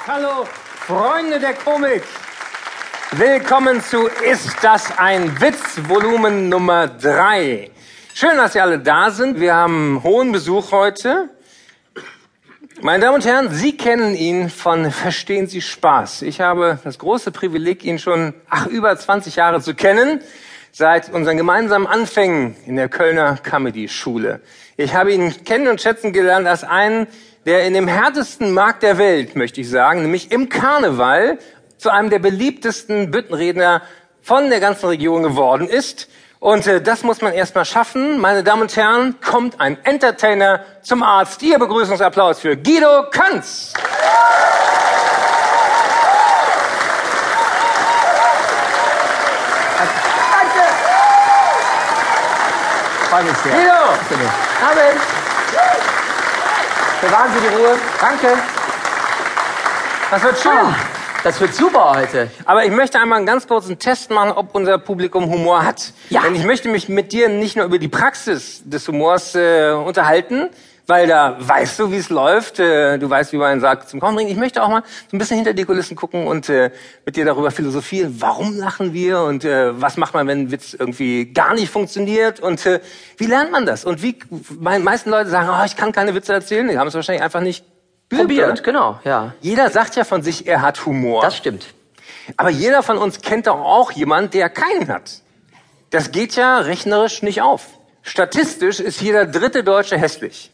Hallo, Freunde der Komik. Willkommen zu Ist das ein Witz? Volumen Nummer 3. Schön, dass Sie alle da sind. Wir haben hohen Besuch heute. Meine Damen und Herren, Sie kennen ihn von Verstehen Sie Spaß. Ich habe das große Privileg, ihn schon über 20 Jahre zu kennen, seit unseren gemeinsamen Anfängen in der Kölner Comedy-Schule. Ich habe ihn kennen und schätzen gelernt als einen, der in dem härtesten Markt der Welt, möchte ich sagen, nämlich im Karneval, zu einem der beliebtesten Büttenredner von der ganzen Region geworden ist. Und das muss man erst mal schaffen. Meine Damen und Herren, kommt ein Entertainer zum Arzt. Ihr Begrüßungsapplaus für Guido Kanz. Danke. Freue mich sehr. Guido! Abend. Bewahren Sie die Ruhe. Danke. Das wird schön. Oh, das wird super heute. Aber ich möchte einmal einen ganz kurzen Test machen, ob unser Publikum Humor hat. Ja. Denn ich möchte mich mit dir nicht nur über die Praxis des Humors unterhalten, weil da weißt du, wie es läuft. Du weißt, wie man einen Sack zum Kochen bringt. Ich möchte auch mal so ein bisschen hinter die Kulissen gucken und mit dir darüber philosophieren. Warum lachen wir und was macht man, wenn ein Witz irgendwie gar nicht funktioniert? Und wie lernt man das? Und wie die meisten Leute sagen, ich kann keine Witze erzählen. Die haben es wahrscheinlich einfach nicht Probiert, genau, ja. Jeder sagt ja von sich, er hat Humor. Das stimmt. Aber jeder von uns kennt doch auch jemanden, der keinen hat. Das geht ja rechnerisch nicht auf. Statistisch ist jeder dritte Deutsche hässlich.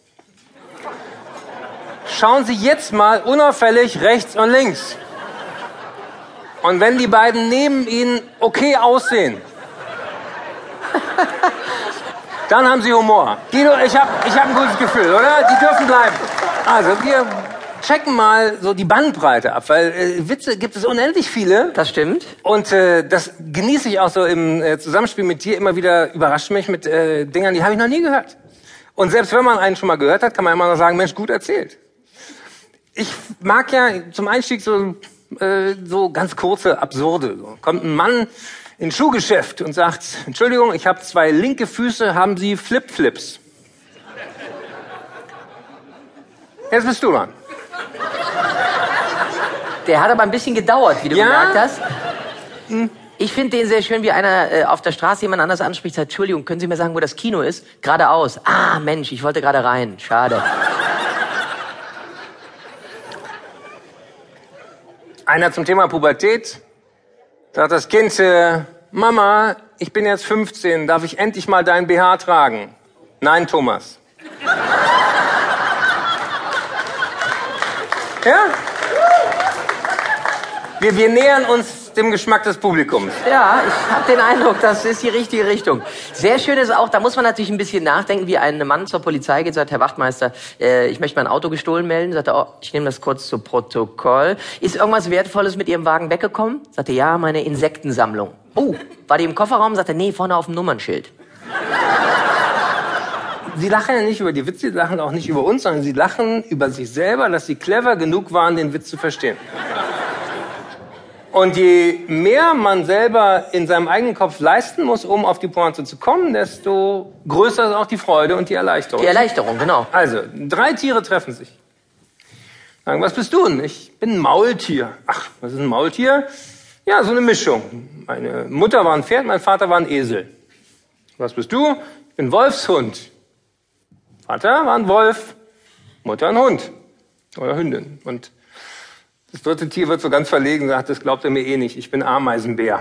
Schauen Sie jetzt mal unauffällig rechts und links. Und wenn die beiden neben Ihnen okay aussehen, dann haben Sie Humor. Guido, ich hab ein gutes Gefühl, oder? Die dürfen bleiben. Also, wir checken mal so die Bandbreite ab, weil Witze gibt es unendlich viele. Das stimmt. Und das genieße ich auch so im Zusammenspiel mit dir. Immer wieder überrascht mich mit Dingern, die habe ich noch nie gehört. Und selbst wenn man einen schon mal gehört hat, kann man immer noch sagen, Mensch, gut erzählt. Ich mag ja zum Einstieg so ganz kurze, absurde. So. Kommt ein Mann in ein Schuhgeschäft und sagt, Entschuldigung, ich habe 2 linke Füße, haben Sie Flip-Flips? Jetzt bist du dran. Der hat aber ein bisschen gedauert, wie du Ja? gemerkt hast. Ich finde den sehr schön, wie einer auf der Straße jemand anders anspricht, sagt, Entschuldigung, können Sie mir sagen, wo das Kino ist? Geradeaus. Ah, Mensch, ich wollte gerade rein. Schade. Einer zum Thema Pubertät. Sagt das Kind, Mama, ich bin jetzt 15, darf ich endlich mal dein BH tragen? Nein, Thomas. Ja? Wir nähern uns dem Geschmack des Publikums. Ja, ich habe den Eindruck, das ist die richtige Richtung. Sehr schön ist auch, da muss man natürlich ein bisschen nachdenken, wie ein Mann zur Polizei geht, sagt, Herr Wachtmeister, ich möchte mein Auto gestohlen melden. Sagt er, ich nehme das kurz zu Protokoll. Ist irgendwas Wertvolles mit Ihrem Wagen weggekommen? Sagt er, ja, meine Insektensammlung. Oh, war die im Kofferraum? Sagt er, nee, vorne auf dem Nummernschild. Sie lachen ja nicht über die Witze, Sie lachen auch nicht über uns, sondern Sie lachen über sich selber, dass Sie clever genug waren, den Witz zu verstehen. Und je mehr man selber in seinem eigenen Kopf leisten muss, um auf die Pointe zu kommen, desto größer ist auch die Freude und die Erleichterung. Die Erleichterung, genau. Also, 3 Tiere treffen sich. Sagen, was bist du denn? Ich bin ein Maultier. Ach, was ist ein Maultier? Ja, so eine Mischung. Meine Mutter war ein Pferd, mein Vater war ein Esel. Was bist du? Ich bin Wolfshund. Vater war ein Wolf, Mutter ein Hund oder Hündin. Und das 3. Tier wird so ganz verlegen und sagt, das glaubt er mir eh nicht, ich bin Ameisenbär.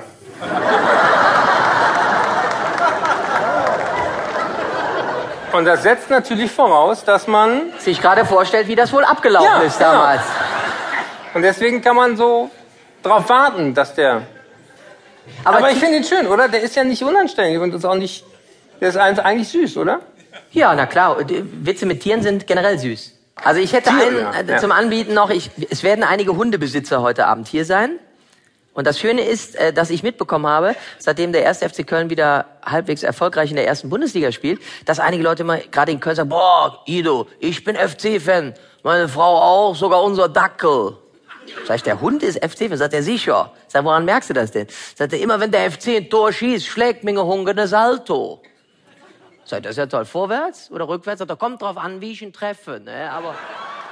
Und das setzt natürlich voraus, dass man Sich gerade vorstellt, wie das wohl abgelaufen ist damals. Genau. Und deswegen kann man so drauf warten, dass der... Aber ich finde ihn schön, oder? Der ist ja nicht unanständig und ist auch nicht... Der ist eigentlich süß, oder? Ja, na klar. Witze mit Tieren sind generell süß. Also ich hätte einen zum Anbieten noch. Es werden einige Hundebesitzer heute Abend hier sein. Und das Schöne ist, dass ich mitbekommen habe, seitdem der 1. FC Köln wieder halbwegs erfolgreich in der 1. Bundesliga spielt, dass einige Leute immer gerade in Köln sagen, boah, Guido, ich bin FC-Fan. Meine Frau auch, sogar unser Dackel. Sag ich, der Hund ist FC-Fan? Sagt er, sicher. Sag, woran merkst du das denn? Sagt er, immer wenn der FC ein Tor schießt, schlägt mir Hunger das Salto. Sagt, das ist ja toll. Vorwärts oder rückwärts? Sagt er, kommt drauf an, wie ich ihn treffe. Ne? Aber